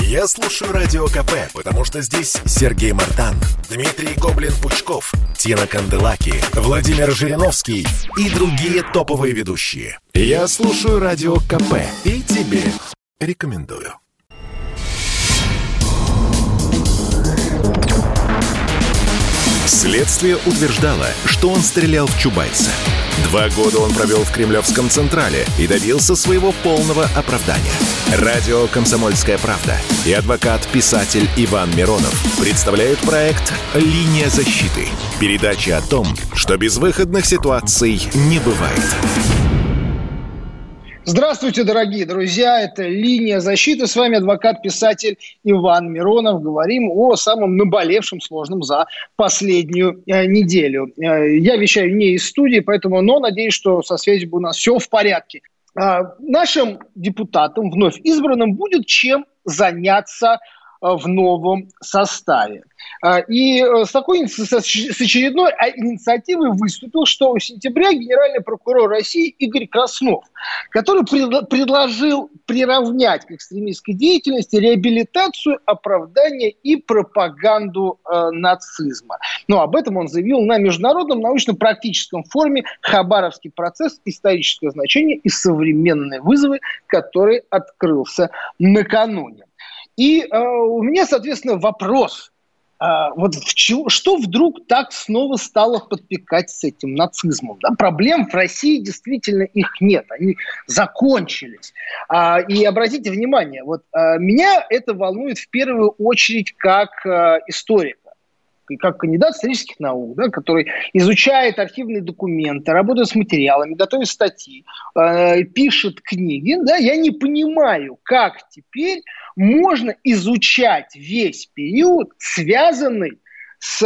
Я слушаю Радио КП, потому что здесь Сергей Мартан, Дмитрий Гоблин-Пучков, Тина Канделаки, Владимир Жириновский и другие топовые ведущие. Я слушаю Радио КП и тебе рекомендую. Следствие утверждало, что он стрелял в Чубайса. 2 года он провел в Кремлевском Централе и добился своего полного оправдания. Радио «Комсомольская правда» и адвокат-писатель Иван Миронов представляют проект «Линия защиты». Передача о том, что безвыходных ситуаций не бывает. Здравствуйте, дорогие друзья, это «Линия защиты». С вами адвокат-писатель Иван Миронов. Говорим о самом наболевшем, сложном за последнюю неделю. Я вещаю не из студии, но надеюсь, что со связью у нас все в порядке. Нашим депутатам, вновь избранным, будет чем заняться в новом составе. И с очередной инициативой выступил, что в сентябре генеральный прокурор России Игорь Краснов, который предложил приравнять к экстремистской деятельности реабилитацию, оправдание и пропаганду нацизма. Но об этом он заявил на международном научно-практическом форуме «Хабаровский процесс. Историческое значение и современные вызовы», который открылся накануне. И у меня, соответственно, вопрос. Что вдруг так снова стало подпекать с этим нацизмом? Да? Проблем в России действительно их нет. Они закончились. И обратите внимание, меня это волнует в первую очередь как историка. И как кандидат исторических наук, да, который изучает архивные документы, работает с материалами, готовит статьи, пишет книги, да, я не понимаю, как теперь можно изучать весь период, связанный с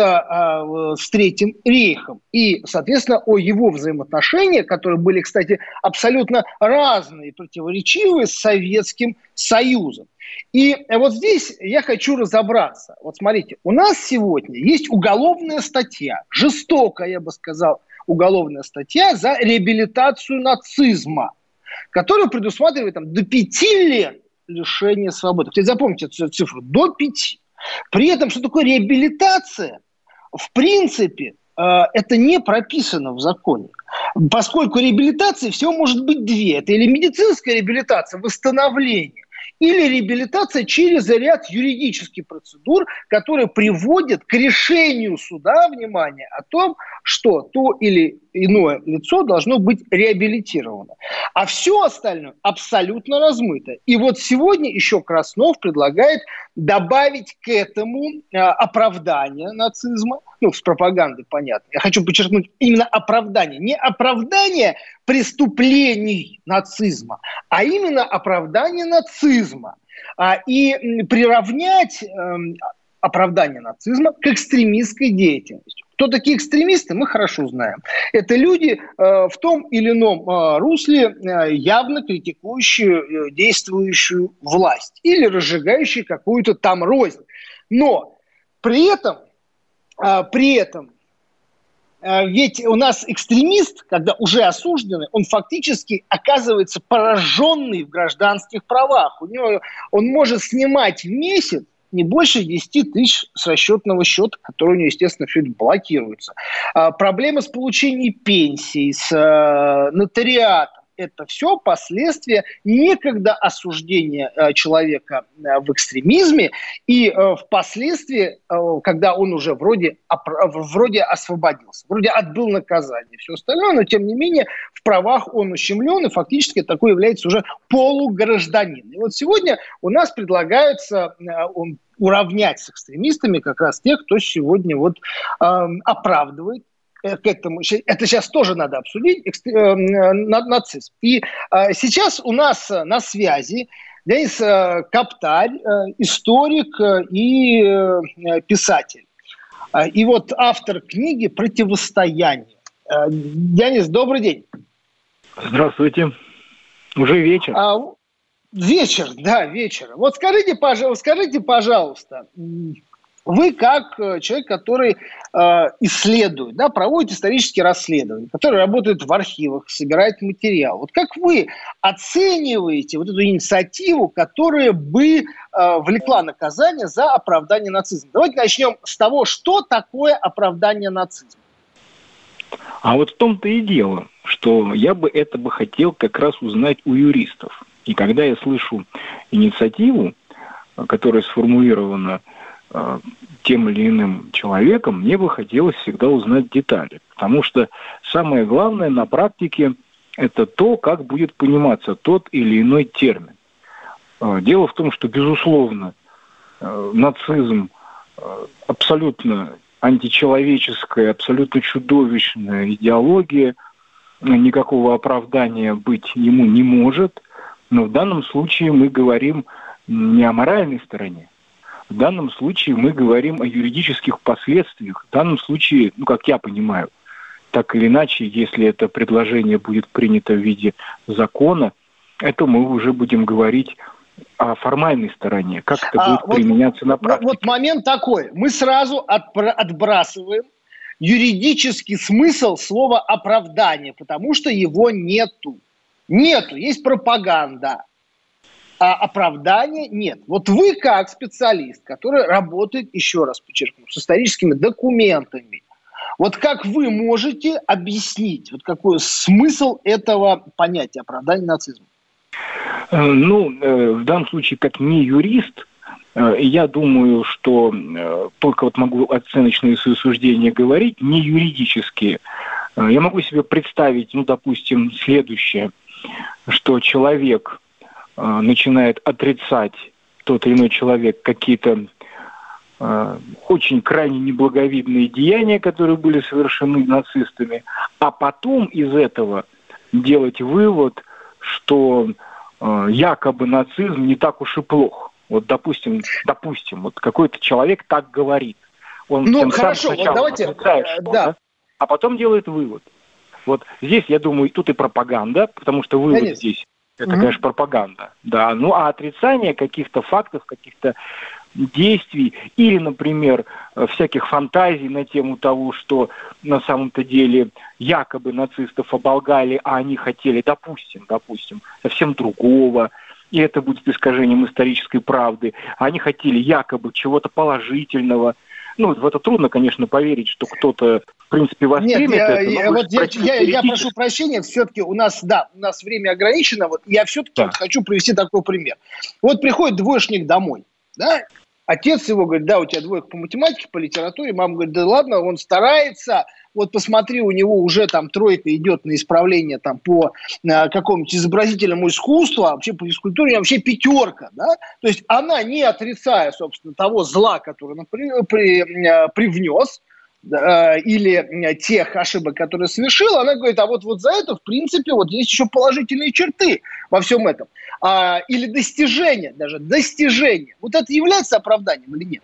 Третьим рейхом и, соответственно, о его взаимоотношениях, которые были, кстати, абсолютно разные, противоречивые с Советским Союзом. И здесь я хочу разобраться. Смотрите, у нас сегодня есть уголовная статья, жестокая, я бы сказал, уголовная статья за реабилитацию нацизма, которая предусматривает до 5 лет лишения свободы. Кстати, запомните эту цифру, до 5. При этом, что такое реабилитация, в принципе, это не прописано в законе. Поскольку реабилитации всего может быть 2. Это или медицинская реабилитация, восстановление, или реабилитация через ряд юридических процедур, которые приводят к решению суда, внимание, о том, что то или иное лицо должно быть реабилитировано. А все остальное абсолютно размыто. И сегодня еще Краснов предлагает добавить к этому оправдание нацизма, с пропагандой, понятно. Я хочу подчеркнуть именно оправдание. Не оправдание преступлений нацизма, а именно оправдание нацизма. И приравнять оправдание нацизма к экстремистской деятельности. Кто такие экстремисты, мы хорошо знаем. Это люди в том или ином русле, явно критикующие действующую власть или разжигающие какую-то там рознь. Но при этом ведь у нас экстремист, когда уже осужденный, он фактически оказывается пораженный в гражданских правах. Он может снимать в месяц не больше 10 тысяч с расчетного счета, который у него, естественно, все это блокируется. Проблемы с получением пенсий, с нотариатом. Это все последствия некогда осуждения человека в экстремизме и впоследствии, когда он уже вроде освободился, вроде отбыл наказание, все остальное, но тем не менее в правах он ущемлен и фактически такой является уже полугражданин. И сегодня у нас предлагается уравнять с экстремистами как раз тех, кто сегодня оправдывает к этому. Это сейчас тоже надо обсудить, нацизм. И сейчас у нас на связи Денис Каптарь, историк и писатель. И автор книги «Противостояние». Денис, добрый день. Здравствуйте. Уже вечер. Вечер, да, вечер. Скажите, пожалуйста, вы как человек, который исследуют, да, проводят исторические расследования, которые работают в архивах, собирают материал. Вот как вы оцениваете вот эту инициативу, которая бы влекла наказание за оправдание нацизма? Давайте начнем с того, что такое оправдание нацизма. А вот в том-то и дело, что я бы хотел как раз узнать у юристов. И когда я слышу инициативу, которая сформулирована тем или иным человеком, мне бы хотелось всегда узнать детали. Потому что самое главное на практике – это то, как будет пониматься тот или иной термин. Дело в том, что, безусловно, нацизм абсолютно античеловеческая, абсолютно чудовищная идеология, никакого оправдания быть ему не может, но в данном случае мы говорим не о моральной стороне, в данном случае мы говорим о юридических последствиях. В данном случае, как я понимаю, так или иначе, если это предложение будет принято в виде закона, это мы уже будем говорить о формальной стороне, как это будет применяться на практике. Вот момент такой. Мы сразу отбрасываем юридический смысл слова «оправдание», потому что его нету. Нету, есть пропаганда, а оправдания нет. Вот вы как специалист, который работает, еще раз подчеркну, с историческими документами, вот как вы можете объяснить, вот какой смысл этого понятия оправдания нацизма? В данном случае, как не юрист, я думаю, что только могу оценочные свои суждения говорить, не юридические. Я могу себе представить, допустим, следующее, что человек начинает отрицать, тот или иной человек, какие-то очень крайне неблаговидные деяния, которые были совершены нацистами, а потом из этого делать вывод, что якобы нацизм не так уж и плох. Вот, допустим, вот какой-то человек так говорит. Он хорошо, вот давайте, да. А потом делает вывод. Вот здесь, я думаю, тут и пропаганда, потому что вывод здесь, это, конечно, пропаганда. Да. А отрицание каких-то фактов, каких-то действий или, например, всяких фантазий на тему того, что на самом-то деле якобы нацистов оболгали, а они хотели, допустим, совсем другого, и это будет искажением исторической правды, а они хотели якобы чего-то положительного. В это трудно, конечно, поверить, что кто-то, в принципе, воспримет это. Я прошу прощения, все-таки у нас время ограничено, я все-таки хочу привести такой пример. Вот приходит двоечник домой, да, отец его говорит, да, у тебя двойка по математике, по литературе. Мама говорит, да ладно, он старается. Вот посмотри, у него уже там тройка идет на исправление там по какому-нибудь изобразительному искусству, а вообще по физкультуре у него вообще 5. Да? То есть она, не отрицая, собственно, того зла, который он привнес, или тех ошибок, которые совершил, она говорит, а вот за это, в принципе, вот есть еще положительные черты во всем этом. Или достижения. Вот это является оправданием или нет?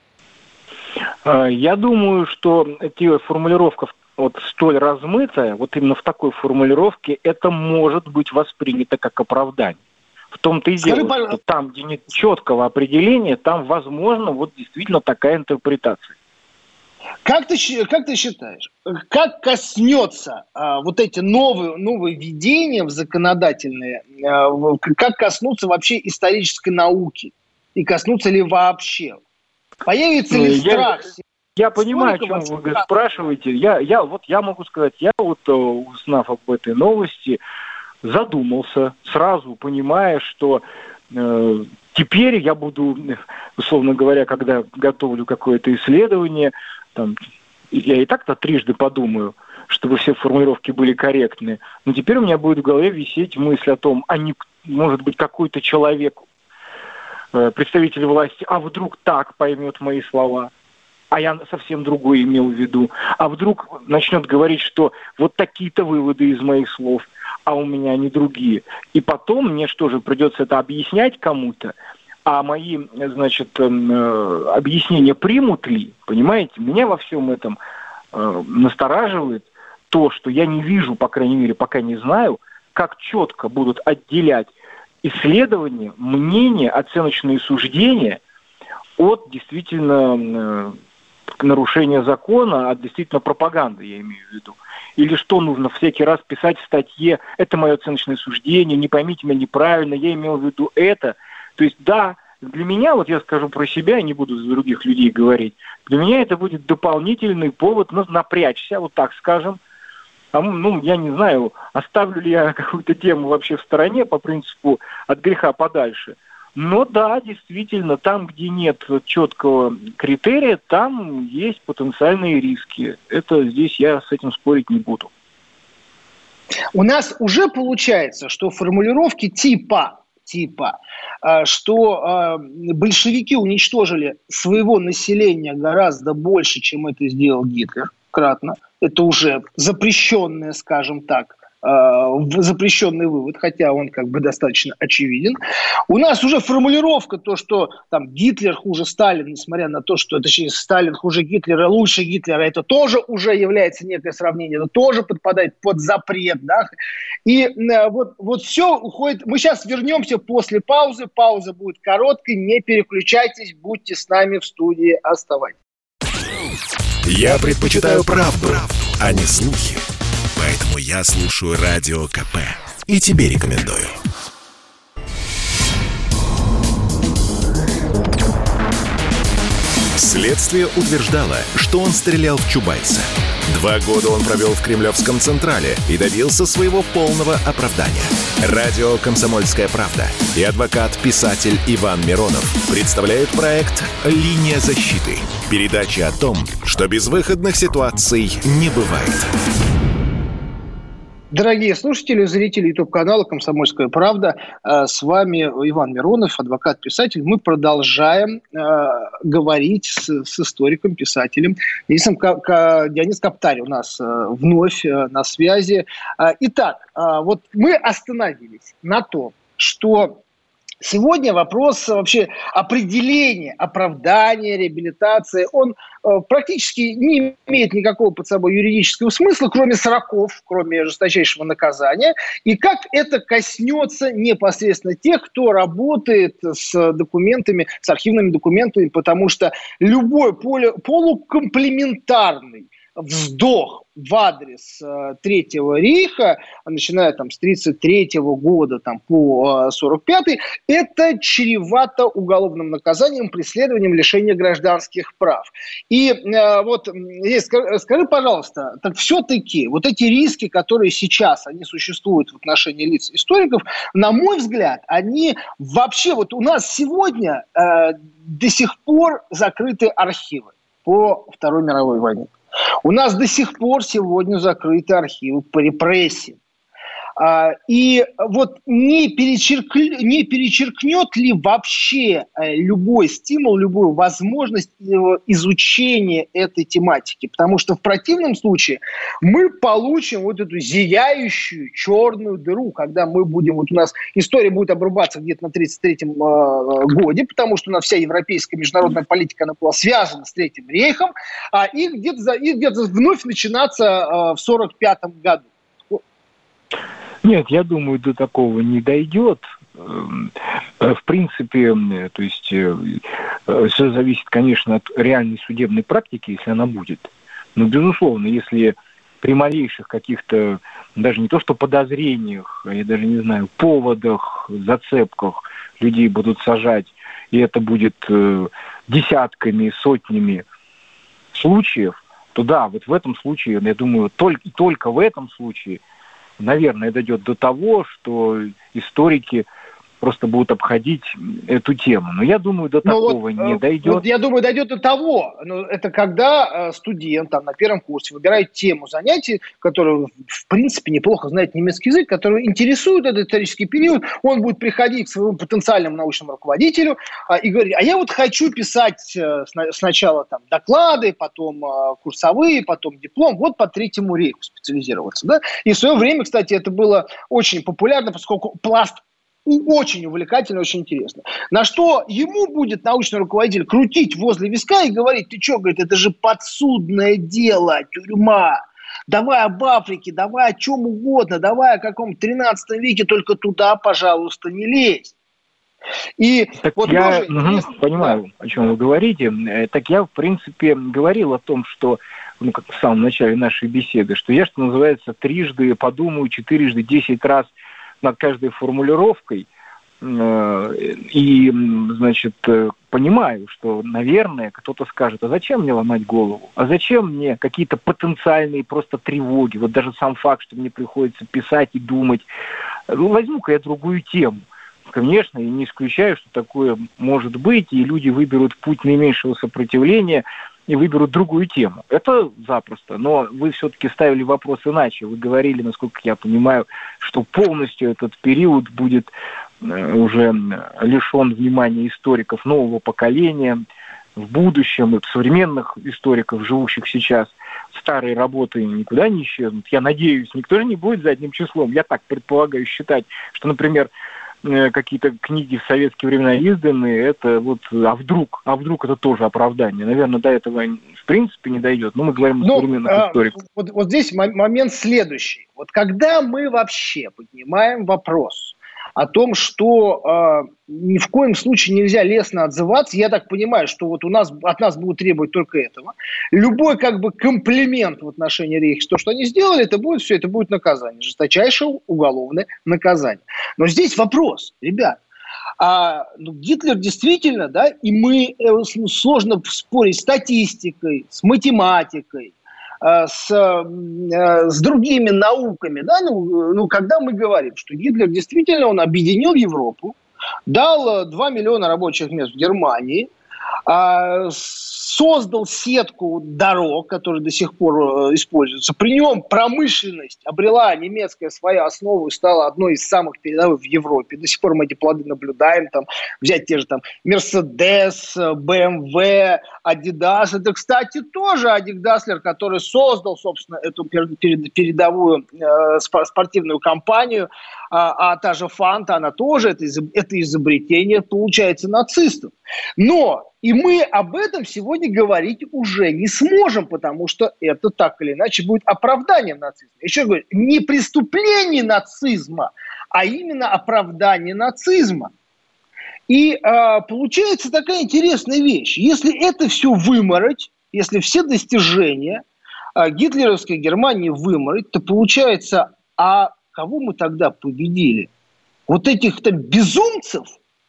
Я думаю, что формулировка столь размытая, вот именно в такой формулировке, это может быть воспринято как оправдание. В том-то и дело, что там, где нет четкого определения, там возможно действительно такая интерпретация. Как ты считаешь, как коснется вот эти новые введения в законодательные, как коснутся вообще исторической науки? И коснутся ли вообще? Появится ли страх? Я понимаю, о чем вы спрашиваете. Я могу сказать, узнав об этой новости, задумался, сразу понимая, что теперь я буду, условно говоря, когда готовлю какое-то исследование, я и так-то трижды подумаю, чтобы все формулировки были корректны. Но теперь у меня будет в голове висеть мысль о том, может быть, какой-то человек, представитель власти, а вдруг так поймет мои слова, а я совсем другое имел в виду, а вдруг начнет говорить, что вот такие-то выводы из моих слов, а у меня они другие. И потом мне что же, придется это объяснять кому-то, а мои, объяснения примут ли, понимаете? Меня во всем этом настораживает то, что я не вижу, по крайней мере, пока не знаю, как четко будут отделять исследования, мнения, оценочные суждения от действительно нарушение закона, а действительно пропаганда, я имею в виду. Или что нужно всякий раз писать в статье, это мое оценочное суждение, не поймите меня неправильно, я имел в виду это. То есть, да, для меня, вот я скажу про себя, не буду за других людей говорить, для меня это будет дополнительный повод напрячься, вот так скажем. Я не знаю, оставлю ли я какую-то тему вообще в стороне по принципу от греха подальше. Но да, действительно, там, где нет четкого критерия, там есть потенциальные риски. Это здесь я с этим спорить не буду. У нас уже получается, что формулировки типа, что большевики уничтожили своего населения гораздо больше, чем это сделал Гитлер, кратно. Это уже запрещенное, скажем так, запрещенный вывод, хотя он как бы достаточно очевиден. У нас уже формулировка, то, что там Гитлер хуже Сталина, несмотря на то, что точнее, Сталин хуже Гитлера, лучше Гитлера, это тоже уже является некое сравнение, это тоже подпадает под запрет. Да? И вот все уходит. Мы сейчас вернемся после паузы. Пауза будет короткой, не переключайтесь, будьте с нами в студии, оставайтесь. Я предпочитаю правду, а не слухи. Поэтому я слушаю Радио КП. И тебе рекомендую. Следствие утверждало, что он стрелял в Чубайса. 2 года он провел в Кремлевском Централе и добился своего полного оправдания. Радио «Комсомольская правда» и адвокат-писатель Иван Миронов представляют проект «Линия защиты». Передача о том, что безвыходных ситуаций не бывает. Дорогие слушатели, зрители YouTube-канала «Комсомольская правда», с вами Иван Миронов, адвокат-писатель. Мы продолжаем говорить с историком, писателем Дионис Каптарь у нас вновь на связи. Итак, вот мы остановились на том, что сегодня вопрос вообще определения, оправдания, реабилитации, он практически не имеет никакого под собой юридического смысла, кроме сроков, кроме жесточайшего наказания. И как это коснется непосредственно тех, кто работает с документами, с архивными документами, потому что любой полукомплементарный вздох в адрес Третьего рейха, начиная там с 1933 года там, по 1945, это чревато уголовным наказанием, преследованием, лишением гражданских прав. И скажи, пожалуйста, так все-таки вот эти риски, которые сейчас они существуют в отношении лиц историков, на мой взгляд, они вообще, вот у нас сегодня до сих пор закрыты архивы по Второй мировой войне. У нас до сих пор сегодня закрыты архивы по репрессиям. И вот не перечеркнет ли вообще любой стимул, любую возможность изучения этой тематики? Потому что в противном случае мы получим вот эту зияющую черную дыру, когда мы будем, вот у нас история будет обрубаться где-то на 1933 годе, потому что у нас вся европейская международная политика, она была связана с Третьим рейхом, и где-то вновь начинаться в 1945 году. Нет, я думаю, до такого не дойдет. В принципе, то есть все зависит, конечно, от реальной судебной практики, если она будет. Но, безусловно, если при малейших каких-то, даже не то что подозрениях, я даже не знаю, поводах, зацепках людей будут сажать, и это будет десятками, сотнями случаев, то да, вот в этом случае, я думаю, только в этом случае, наверное, дойдет до того, что историки просто будут обходить эту тему. Но я думаю, до такого не дойдет. Вот я думаю, дойдет до того. Но это когда студент там, на первом курсе выбирает тему занятий, которую, в принципе, неплохо знает немецкий язык, который интересует этот исторический период, он будет приходить к своему потенциальному научному руководителю и говорить, а я вот хочу писать сначала там, доклады, потом курсовые, потом диплом, вот по Третьему рейху специализироваться. Да? И в свое время, кстати, это было очень популярно, поскольку пласт очень увлекательно, очень интересно. На что ему будет научный руководитель крутить возле виска и говорить, ты что, говорит, это же подсудное дело, тюрьма. Давай об Африке, давай о чем угодно, давай о каком 13 веке, только туда, пожалуйста, не лезь. И так вот я понимаю, о чем вы говорите. Так я, в принципе, говорил о том, что, как в самом начале нашей беседы, что я, что называется, трижды подумаю, 4, 10 раз над каждой формулировкой. И, значит, понимаю, что, наверное, кто-то скажет, а зачем мне ломать голову? А зачем мне какие-то потенциальные просто тревоги? Вот даже сам факт, что мне приходится писать и думать. Возьму-ка я другую тему. Конечно, я не исключаю, что такое может быть, и люди выберут путь наименьшего сопротивления и выберут другую тему. Это запросто. Но вы все-таки ставили вопрос иначе. Вы говорили, насколько я понимаю, что полностью этот период будет уже лишен внимания историков нового поколения в будущем, и современных историков, живущих сейчас. Старые работы никуда не исчезнут. Я надеюсь, никто не будет задним числом. Я так предполагаю считать, что, например, какие-то книги в советские времена изданы, это вот, а вдруг это тоже оправдание. Наверное, до этого в принципе не дойдет. Но мы говорим о современных историках. Вот здесь момент следующий. Вот когда мы вообще поднимаем вопрос о том, что ни в коем случае нельзя лестно отзываться, я так понимаю, что вот от нас будут требовать только этого. Любой комплимент в отношении Рейха, то, что они сделали, это будет наказание, жесточайшее уголовное наказание. Но здесь вопрос, ребят, Гитлер действительно, да, и мы сложно спорить с статистикой, с математикой, с другими науками, да, когда мы говорим, что Гитлер действительно, он объединил Европу, дал 2 миллиона рабочих мест в Германии, создал сетку дорог, которые до сих пор используются. При нем промышленность обрела немецкая свою основу и стала одной из самых передовых в Европе. До сих пор мы эти плоды наблюдаем. Взять те же Mercedes, BMW, Adidas. Это, кстати, тоже Адик Даслер, который создал, собственно, эту передовую спортивную компанию. А та же Фанта, она тоже, это изобретение, получается, нацистов. Но и мы об этом сегодня говорить уже не сможем, потому что это так или иначе будет оправданием нацизма. Еще говорю, не преступление нацизма, а именно оправдание нацизма. И получается такая интересная вещь. Если это все вымороть, если все достижения гитлеровской Германии вымороть, то получается, кого мы тогда победили? Вот этих безумцев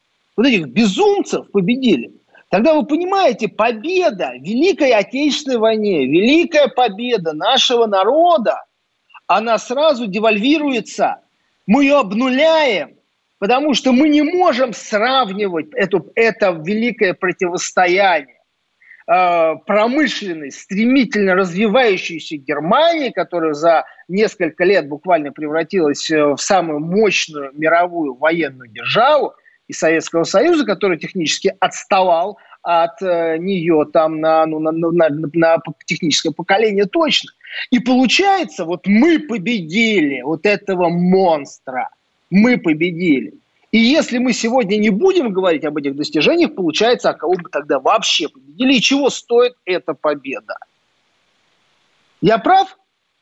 победили. Тогда вы понимаете, победа в Великой Отечественной войне, великая победа нашего народа, она сразу девальвируется. Мы ее обнуляем, потому что мы не можем сравнивать это великое противостояние промышленной, стремительно развивающейся Германии, которая за несколько лет буквально превратилась в самую мощную мировую военную державу, и Советского Союза, который технически отставал от нее на техническое поколение точно. И получается, вот мы победили вот этого монстра. Мы победили. И если мы сегодня не будем говорить об этих достижениях, получается, кого мы тогда вообще победили и чего стоит эта победа? Я прав?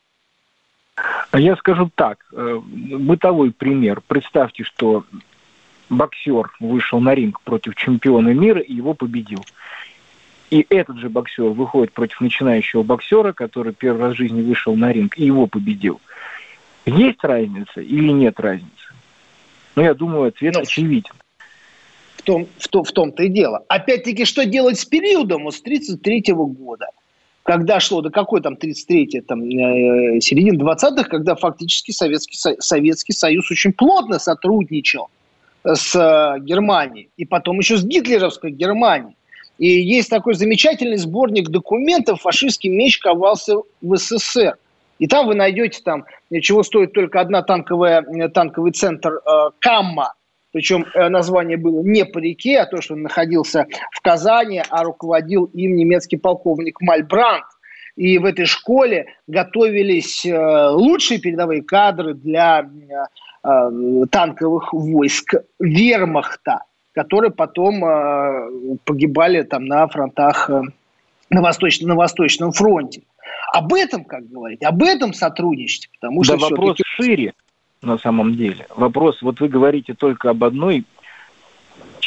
Я скажу так. Бытовой пример. Представьте, что боксер вышел на ринг против чемпиона мира и его победил. И этот же боксер выходит против начинающего боксера, который первый раз в жизни вышел на ринг и его победил. Есть разница или нет разницы? Я думаю, ответ очевиден. В том-то и дело. Опять-таки, что делать с периодом с 1933 года? Когда шло, до какой 33-й, середины 20-х, когда фактически Советский Союз очень плотно сотрудничал с Германией, и потом еще с гитлеровской Германией. И есть такой замечательный сборник документов «Фашистский меч ковался в СССР». И там вы найдете, чего стоит только одна танковый центр «Камма». Причем название было не по реке, а то, что он находился в Казани, а руководил им немецкий полковник Мальбрандт. И в этой школе готовились лучшие передовые кадры для танковых войск вермахта, которые потом погибали на фронтах на Восточном фронте. Об этом, об этом сотрудничестве. Потому что вопрос шире на самом деле. Вопрос, вот вы говорите только об одной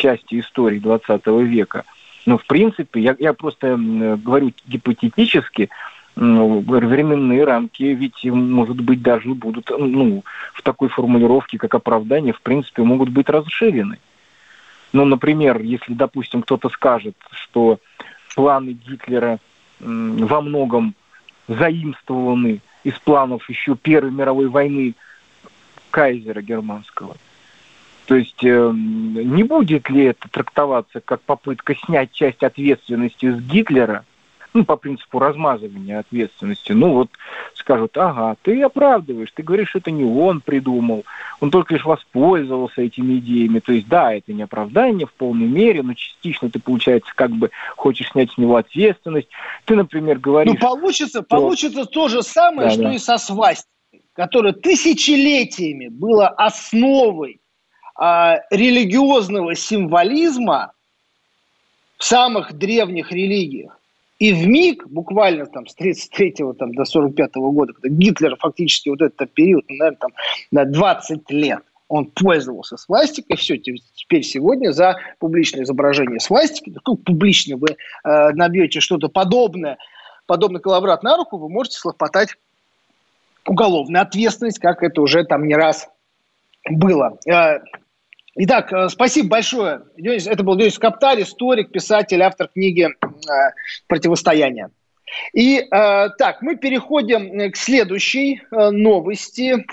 части истории 20 века. Но, в принципе, я просто говорю гипотетически, временные рамки ведь, может быть, даже будут, в такой формулировке, как оправдание, в принципе, могут быть расширены. Ну, например, если, допустим, кто-то скажет, что планы Гитлера во многом заимствованы из планов еще Первой мировой войны кайзера германского, то есть не будет ли это трактоваться как попытка снять часть ответственности с Гитлера, по принципу размазывания ответственности? Скажут, ага, ты оправдываешь, ты говоришь, что это не он придумал, он только лишь воспользовался этими идеями. То есть, да, это не оправдание в полной мере, но частично ты, получается, как бы хочешь снять с него ответственность. Ты, например, говоришь... Получится то же самое, что и со свастикой, которая тысячелетиями была основой религиозного символизма в самых древних религиях. И вмиг, буквально с 1933 до 1945 года, когда Гитлер фактически этот период, наверное, на 20 лет, он пользовался свастикой, все, теперь сегодня за публичное изображение свастики, публично вы набьете что-то подобное, подобный коловрат на руку, вы можете схлопотать уголовную ответственность, как это уже не раз было. Итак, спасибо большое. Это был Дионис Каптар, историк, писатель, автор книги «Противостояние». И так, мы переходим к следующей новости.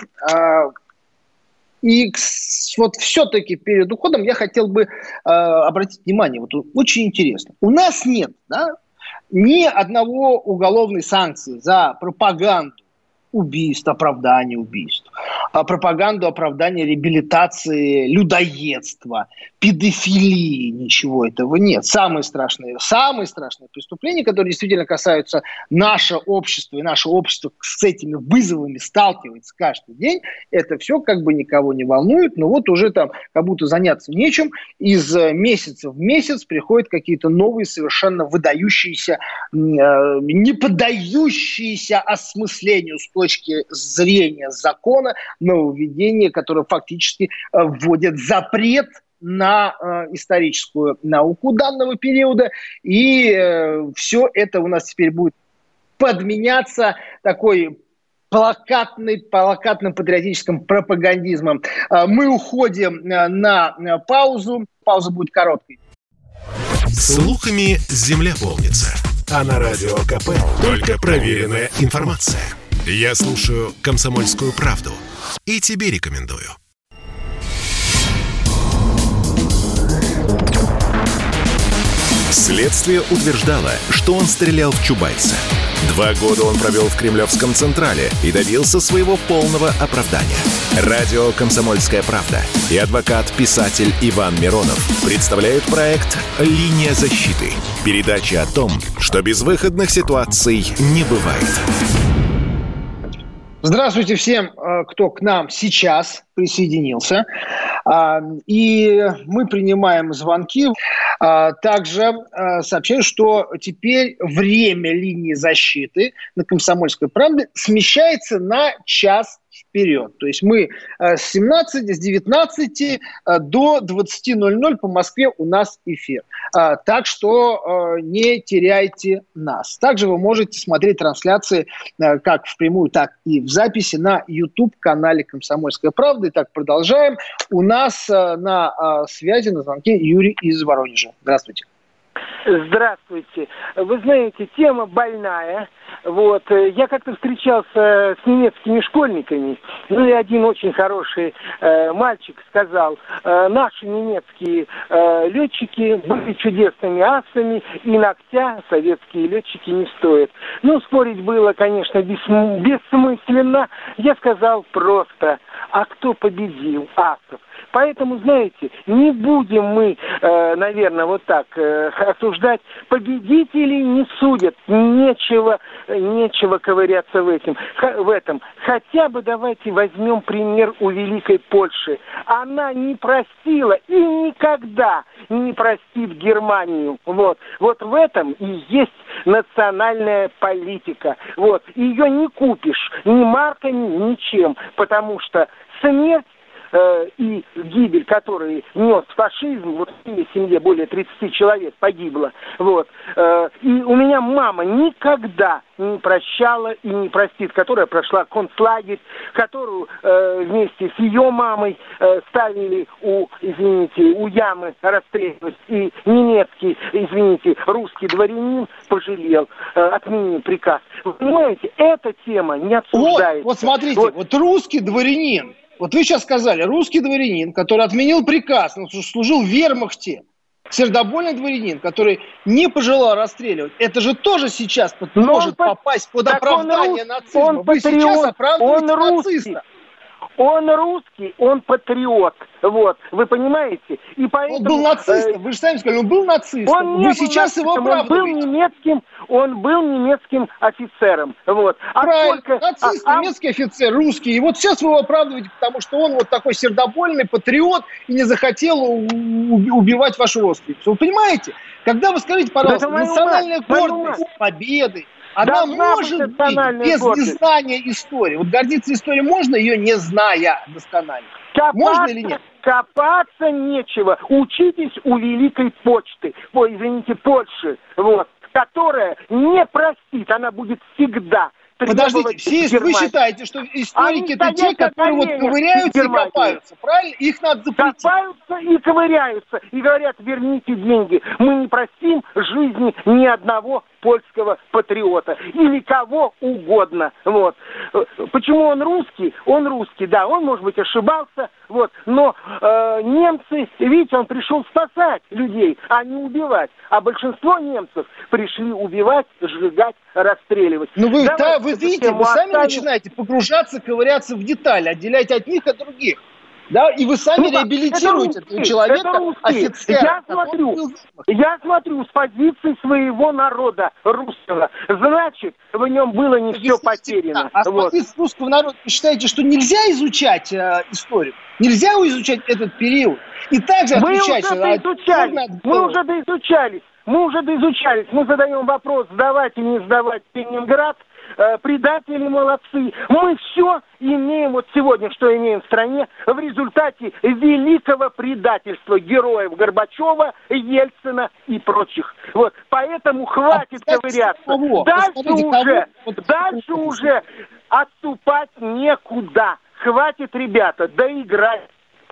И все-таки перед уходом я хотел бы обратить внимание, очень интересно. У нас нет ни одного уголовной санкции за пропаганду убийств, оправдание убийств, пропаганду оправдания реабилитации людоедства, педофилии, ничего этого нет. Самые страшные преступления, которые действительно касаются нашего общества, и наше общество с этими вызовами сталкивается каждый день, это все никого не волнует, но уже как будто заняться нечем, из месяца в месяц приходят какие-то новые, совершенно выдающиеся, не поддающиеся осмыслению с точки зрения закона нововведения, которое фактически вводит запрет на историческую науку данного периода. И все это у нас теперь будет подменяться такой плакатным патриотическим пропагандизмом. Мы уходим на паузу. Пауза будет короткой. Слухами земля полнится. А на Радио КП только проверенная информация. Я слушаю «Комсомольскую правду» и тебе рекомендую. Следствие утверждало, что он стрелял в Чубайса. 2 года он провел в Кремлевском Централе и добился своего полного оправдания. Радио «Комсомольская правда» и адвокат-писатель Иван Миронов представляют проект «Линия защиты». Передача о том, что безвыходных ситуаций не бывает. Здравствуйте всем, кто к нам сейчас присоединился. И мы принимаем звонки. Также сообщаю, что теперь время линии защиты на «Комсомольской правде» смещается на час вперед. То есть мы с 19 до 20:00 по Москве у нас эфир. Так что не теряйте нас. Также вы можете смотреть трансляции как впрямую, так и в записи на YouTube-канале «Комсомольская правда». Итак, продолжаем. У нас на связи, на звонке Юрий из Воронежа. Здравствуйте. Здравствуйте. Вы знаете, тема больная. Я как-то встречался с немецкими школьниками, и один очень хороший мальчик сказал, наши немецкие летчики были чудесными асами, и ногтя советские летчики не стоят. Спорить было, конечно, бессмысленно. Я сказал просто, а кто победил асов? Поэтому, знаете, не будем мы, наверное, осуждать. Победителей не судят. Нечего ковыряться в этом. Хотя бы давайте возьмем пример у Великой Польши. Она не простила и никогда не простит Германию. Вот в этом и есть национальная политика. Ее не купишь ни марками, ничем. Потому что смерть и гибель, которую нес фашизм, вот в моей семье более 30 человек погибло, вот, и у меня мама никогда не прощала и не простит, которая прошла концлагерь, которую вместе с ее мамой ставили у ямы расстреливать, и немецкий, русский дворянин пожалел, отменил приказ. Вы понимаете, эта тема не обсуждается. Вот смотрите, вот русский дворянин, вот вы сейчас сказали, русский дворянин, который отменил приказ, он служил в вермахте, сердобольный дворянин, который не пожелал расстреливать, это же тоже сейчас может попасть под оправдание нацизма. Вы сейчас оправдываете нациста. Он русский, он патриот. Вот, вы понимаете? И поэтому, он был нацистом, вы же сами сказали, он был нацистом. Вы сейчас его оправдываете. Он был немецким офицером. Вот. Правильно, нацист, немецкий офицер, русский. И вот сейчас вы его оправдываете, потому что он вот такой сердобольный патриот и не захотел убивать вашу родственницу. Вы понимаете? Когда вы скажите, пожалуйста, национальная гордость победы, она может быть без незнания истории. Вот гордиться историей можно, ее не зная досконально. Можно или нет? Копаться нечего. Учитесь у Великой Почты. Польши. Вот. Которая не простит. Она будет всегда. Подождите, вы считаете, что историки это те, которые вот ковыряются и копаются, правильно? Их надо запретить. Копаются и ковыряются. И говорят, верните деньги. Мы не простим жизни ни одного польского патриота. Или кого угодно. Вот. Почему он русский? Он русский, да. Он, может быть, ошибался. Вот. Но немцы, видите, он пришел спасать людей, а не убивать. А большинство немцев пришли убивать, сжигать, расстреливать. Ну вы видите, вы сами начинаете погружаться, ковыряться в детали, отделять одних от других. Да, и вы сами реабилитируете этого человека, офицера. Я смотрю с позиции своего народа русского. Значит, в нем было не все потеряно. А с позиции русского народа вы считаете, что нельзя изучать историю? Нельзя изучать этот период? И также отвечать... Мы уже доизучались. Мы задаем вопрос, сдавать или не сдавать Ленинград. Предатели молодцы. Мы все имеем вот сегодня, что имеем в стране, в результате великого предательства героев Горбачева, Ельцина и прочих. Вот. Поэтому хватит ковыряться. Дальше уже отступать некуда. Хватит, ребята, доиграть.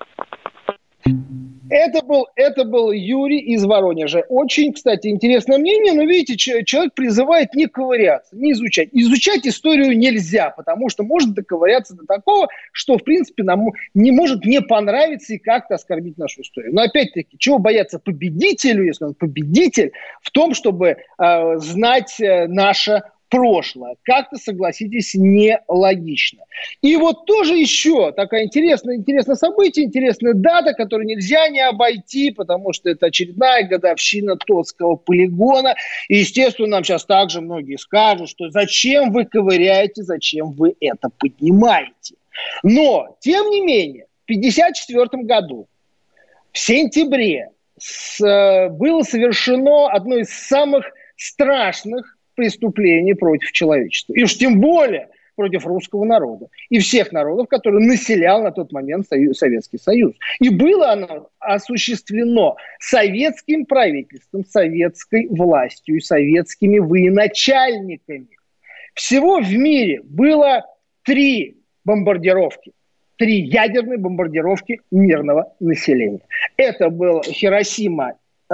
Это был Юрий из Воронежа. Очень, кстати, интересное мнение, но, видите, человек призывает не ковыряться, не изучать. Изучать историю нельзя, потому что можно доковыряться до такого, что, в принципе, нам не может не понравиться и как-то оскорбить нашу историю. Но, опять-таки, чего бояться победителю, если он победитель, в том, чтобы знать наше прошлое. Как-то, согласитесь, нелогично. И вот тоже еще такая интересное событие, интересная дата, которую нельзя не обойти, потому что это очередная годовщина Тотского полигона. И, естественно, нам сейчас также многие скажут, что зачем вы ковыряете, зачем вы это поднимаете. Но, тем не менее, в 1954 году, в сентябре, было совершено одно из самых страшных преступлений против человечества. И уж тем более против русского народа. И всех народов, которые населял на тот момент Советский Союз. И было оно осуществлено советским правительством, советской властью и советскими военачальниками. Всего в мире было 3 бомбардировки. 3 ядерные бомбардировки мирного населения. Это был Хиросима,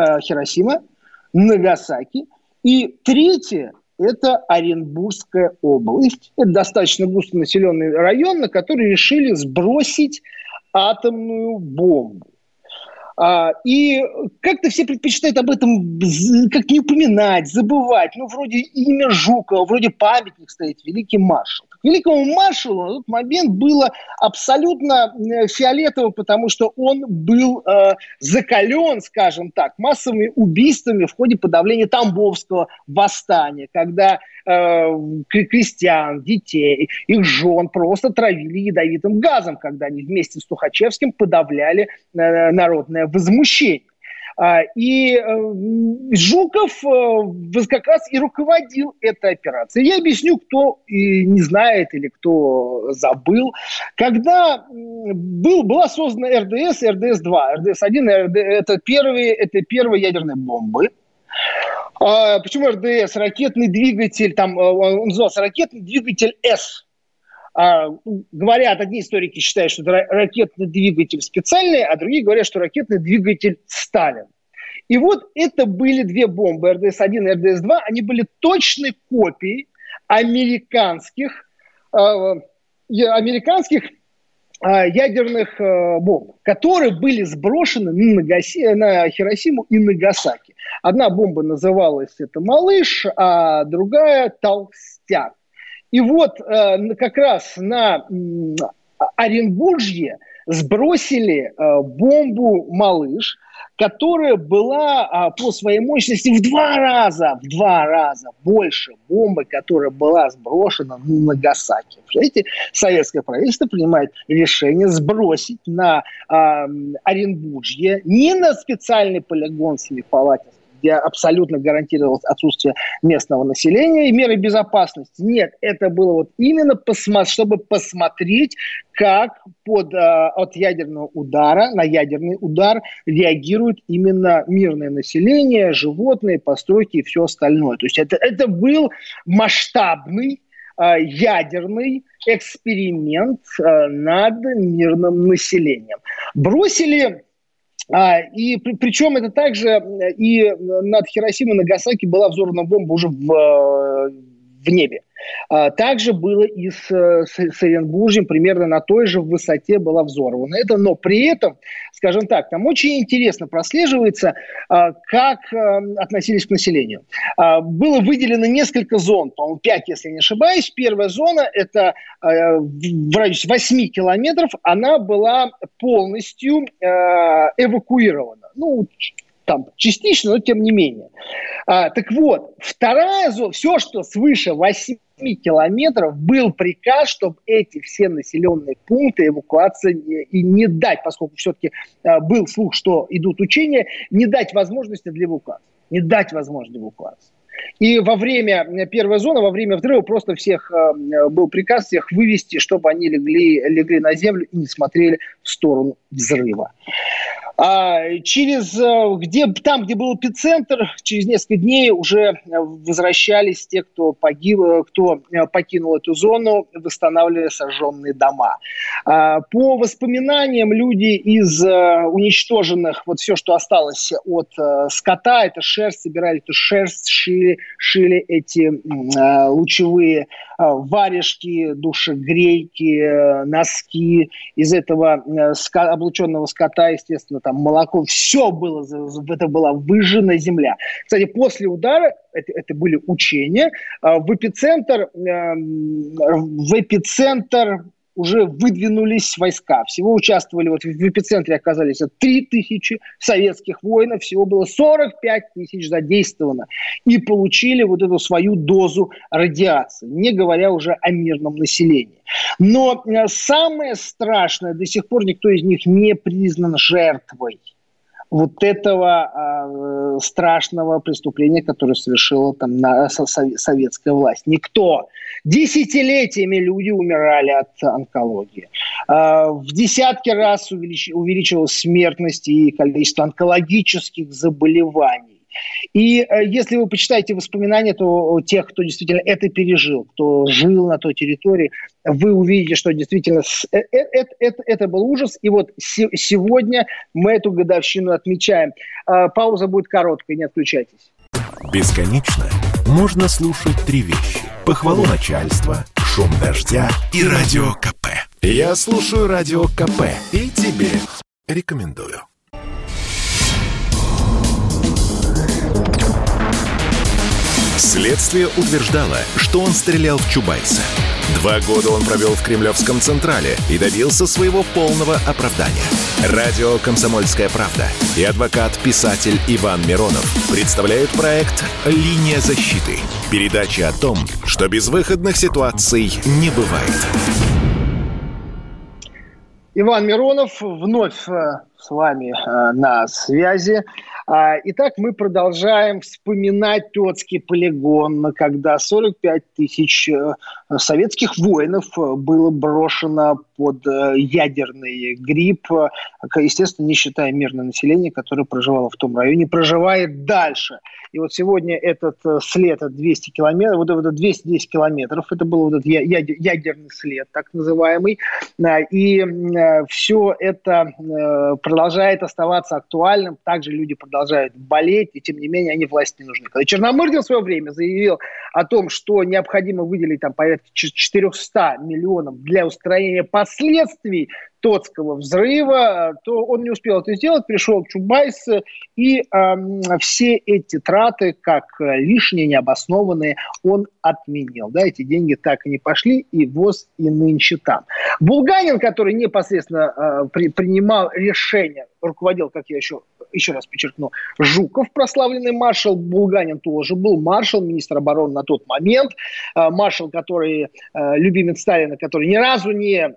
Нагасаки. И 3 – это Оренбургская область. Это достаточно густонаселенный район, на который решили сбросить атомную бомбу. И как-то все предпочитают об этом как не упоминать, забывать. Ну, вроде имя Жукова, вроде памятник стоит, великий маршал. Великому маршалу на тот момент было абсолютно фиолетово, потому что он был закален, скажем так, массовыми убийствами в ходе подавления Тамбовского восстания, когда крестьян, детей, их жен просто травили ядовитым газом, когда они вместе с Тухачевским подавляли народное возмущение. И Жуков как раз и руководил этой операцией. Я объясню, кто не знает или кто забыл. Когда была создана РДС и РДС-2, РДС-1 это первые ядерные бомбы. Почему РДС? Ракетный двигатель, там он назывался ракетный двигатель С. Говорят, одни историки считают, что это ракетный двигатель специальный, а другие говорят, что ракетный двигатель Сталин. И вот это были две бомбы, РДС-1 и РДС-2, они были точной копией американских ядерных бомб, которые были сброшены на Хиросиму и Нагасаки. Одна бомба называлась это «Малыш», а другая «Толстяк». И вот как раз на Оренбуржье сбросили бомбу «Малыш», которая была по своей мощности в два раза больше бомбы, которая была сброшена на Нагасаки. Знаете, советское правительство принимает решение сбросить на Оренбуржье, не на специальный полигон Семипалатинск, где абсолютно гарантировалось отсутствие местного населения и меры безопасности. Нет, это было вот именно чтобы посмотреть, как от ядерного удара на ядерный удар реагирует именно мирное население, животные, постройки и все остальное. То есть это был масштабный ядерный эксперимент над мирным населением. Бросили... И причем это также и над Хиросимой и Нагасаки была взорвана бомба уже в небе. Также было и с Оренбуржьем, примерно на той же высоте была взорвана. Но при этом, скажем так, там очень интересно прослеживается, как относились к населению. Было выделено несколько зон, по-моему, 5, если не ошибаюсь. Первая зона, это в радиусе 8 километров, она была полностью эвакуирована. Там частично, но тем не менее. Так вот, вторая зона, все, что свыше 8 километров, был приказ, чтобы эти все населенные пункты эвакуации и не дать, поскольку все-таки был слух, что идут учения, не дать возможности для эвакуации. И во время первой зоны, во время взрыва просто был приказ всех вывести, чтобы они легли на землю и не смотрели в сторону взрыва. Там, где был эпицентр, через несколько дней уже возвращались те, кто погиб, кто покинул эту зону, восстанавливали сожженные дома. По воспоминаниям, люди из уничтоженных, вот все, что осталось от скота, это шерсть, собирали эту шерсть, шили эти лучевые варежки, душегрейки, носки из этого облученного скота, естественно, там молоко, все было, это была выжженная земля. Кстати, после удара, это были учения, в эпицентр уже выдвинулись войска. Всего участвовали, в эпицентре оказались 3000 советских воинов, всего было 45 тысяч задействовано. И получили вот эту свою дозу радиации, не говоря уже о мирном населении. Но самое страшное, до сих пор никто из них не признан жертвой вот этого страшного преступления, которое совершила там советская власть. Никто. Десятилетиями люди умирали от онкологии. В десятки раз увеличилась смертность и количество онкологических заболеваний. И если вы почитаете воспоминания, то тех, кто действительно это пережил, кто жил на той территории, вы увидите, что действительно это был ужас. И вот сегодня мы эту годовщину отмечаем. Пауза будет короткой, не отключайтесь. Бесконечно можно слушать три вещи: похвалу начальства, шум дождя и радио КП. Я слушаю радио КП и тебе рекомендую. Следствие утверждало, что он стрелял в Чубайса. 2 года он провел в Кремлевском Централе и добился своего полного оправдания. Радио «Комсомольская правда» и адвокат-писатель Иван Миронов представляют проект «Линия защиты». Передача о том, что безвыходных ситуаций не бывает. Иван Миронов вновь с вами на связи. Итак, мы продолжаем вспоминать Тотский полигон, когда 45 тысяч советских воинов было брошено под ядерный гриб, естественно, не считая мирное население, которое проживало в том районе, проживает дальше. И вот сегодня этот след от 200 километров, вот это 210 километров, это был вот этот ядерный след, так называемый, и все это продолжает оставаться актуальным, также люди продолжают болеть, и тем не менее они власти не нужны. Когда Черномырдин в свое время заявил о том, что необходимо выделить там порядка 400 миллионов для устранения последствий Тотского взрыва, то он не успел это сделать, пришел Чубайс, и все эти траты, как лишние, необоснованные, он отменил. Да, эти деньги так и не пошли, и ВОЗ и нынче там. Булганин, который непосредственно принимал решение, руководил, как я еще раз подчеркну, Жуков, прославленный маршал, Булганин тоже был маршал, министр обороны на тот момент, маршал, который любимец Сталина, который ни разу не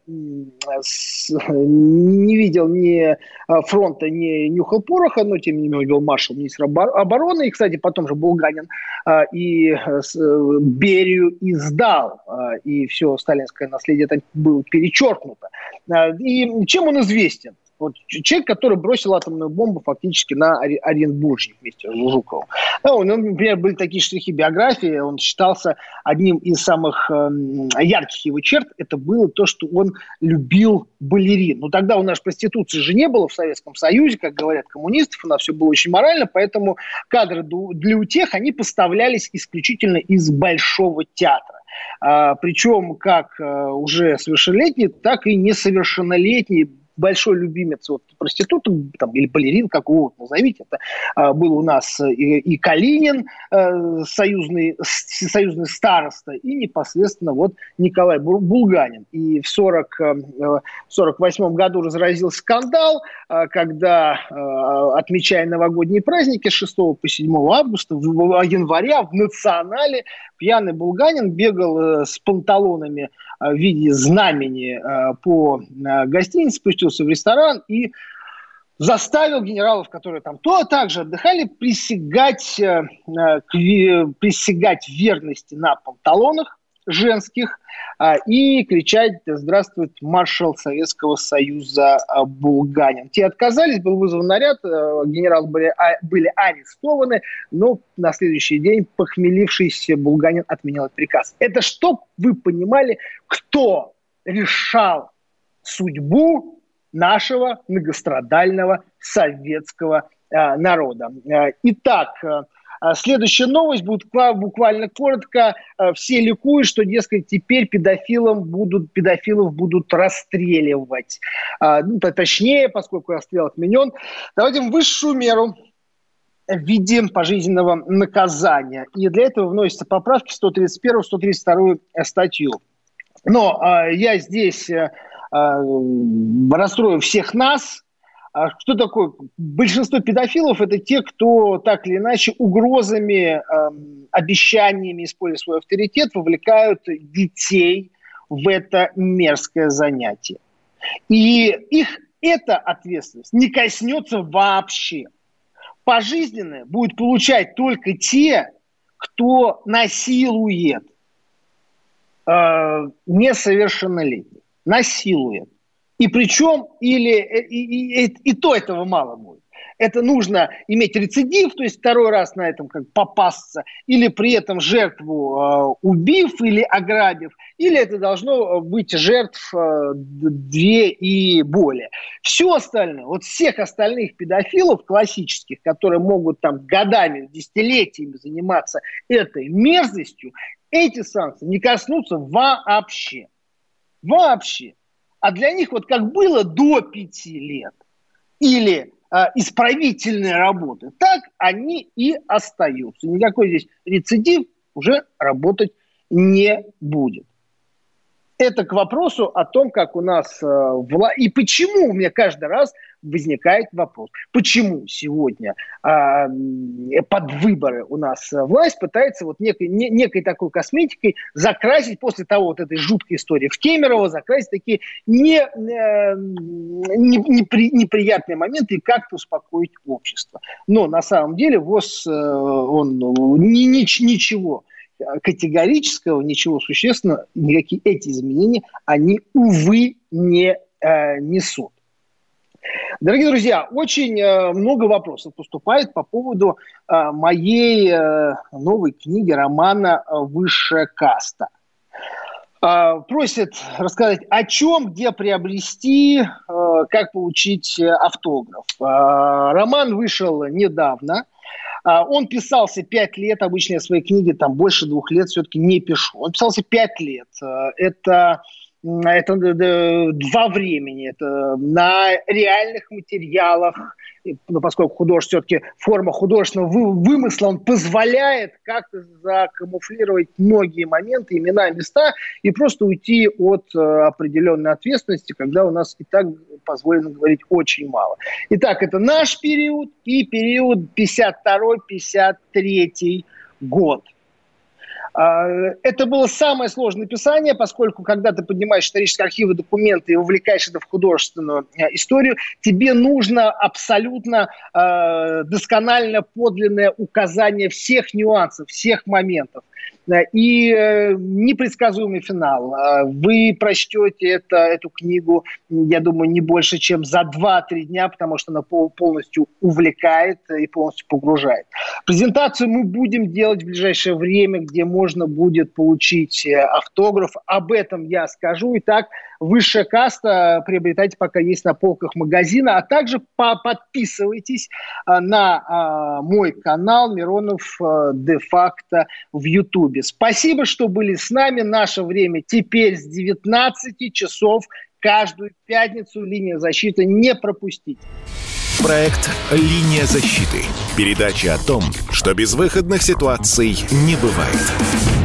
видел ни фронта, не нюхал пороха, но тем не менее был маршал, министр обороны, и, кстати, потом же Булганин и Берию и сдал, и все сталинское наследие там было перечеркнуто. И чем он известен? Вот человек, который бросил атомную бомбу фактически на Оренбуржье вместе с Жуковым. Например, были такие штрихи биографии, он считался одним из самых ярких его черт, это было то, что он любил балерин. Но тогда у нас проституции же не было в Советском Союзе, как говорят коммунистов, у нас все было очень морально, поэтому кадры для утех, они поставлялись исключительно из Большого театра. Причем как уже совершеннолетние, так и несовершеннолетние. Большой любимец вот, проституток, там, или балерин, как угодно назовите. Это был у нас и Калинин, союзный староста, и непосредственно вот Николай Булганин. И в 1948 году разразился скандал, когда, отмечая новогодние праздники с 6 по 7 августа, января в Национале пьяный Булганин бегал с панталонами в виде знамени по гостинице, спустился в ресторан и заставил генералов, которые там также отдыхали, присягать верности на панталонах женских и кричать «Здравствует маршал Советского Союза Булганин». Те отказались, был вызван наряд, генералы были арестованы, но на следующий день похмелившийся Булганин отменил этот приказ. Это чтоб вы понимали, кто решал судьбу нашего многострадального советского народа. Итак, следующая новость будет буквально коротко. Все ликуют, что, дескать, теперь педофилов будут расстреливать. Точнее, поскольку расстрел отменен, давайте высшую меру в виде пожизненного наказания. И для этого вносятся поправки в 131-132 статью. Но я здесь расстрою всех нас. Что такое? Большинство педофилов – это те, кто так или иначе угрозами, обещаниями, используя свой авторитет, вовлекают детей в это мерзкое занятие. И их эта ответственность не коснется вообще. Пожизненное будет получать только те, кто насилует несовершеннолетних. Насилует. И причем, и то этого мало будет. Это нужно иметь рецидив, то есть второй раз на этом как попасться, или при этом жертву убив или ограбив, или это должно быть жертв 2 и более. Все остальное, вот всех остальных педофилов классических, которые могут там годами, десятилетиями заниматься этой мерзостью, эти санкции не коснутся вообще. Вообще. А для них вот как было до 5 лет или исправительные работы, так они и остаются. Никакой здесь рецидив уже работать не будет. Это к вопросу о том, как у нас и почему у меня каждый раз возникает вопрос, почему сегодня под выборы у нас власть пытается вот некой такой косметикой закрасить после того вот этой жуткой истории в Кемерово, закрасить такие неприятные моменты и как-то успокоить общество. Но на самом деле ВОЗ, он ничего категорического, ничего существенного, никакие эти изменения, они, увы, не несут. Дорогие друзья, очень много вопросов поступает по поводу моей новой книги, романа «Высшая каста». Просят рассказать, о чем, где приобрести, как получить автограф. Роман вышел недавно. Он писался 5 лет. Обычно я свои книги там больше 2 лет все-таки не пишу. Он писался 5 лет. Это 2 времени. Это на реальных материалах, поскольку все-таки форма художественного вымысла, он позволяет как-то закамуфлировать многие моменты, имена, места и просто уйти от определенной ответственности, когда у нас и так позволено говорить очень мало. Итак, это наш период и период 52-53 год. Это было самое сложное написание, поскольку, когда ты поднимаешь исторические архивы, документы и вовлекаешь это в художественную историю, тебе нужно абсолютно досконально подлинное указание всех нюансов, всех моментов. И непредсказуемый финал. Вы прочтете эту книгу, я думаю, не больше, чем за 2-3 дня, потому что она полностью увлекает и полностью погружает. Презентацию мы будем делать в ближайшее время, где можно будет получить автограф. Об этом я скажу. Итак, «Высшая каста» приобретайте, пока есть на полках магазина, а также подписывайтесь на мой канал Миронов де-факто в Ютубе. Спасибо, что были с нами. Наше время теперь с 19 часов каждую пятницу. «Линия защиты» не пропустите. Проект «Линия защиты». Передача о том, что безвыходных ситуаций не бывает.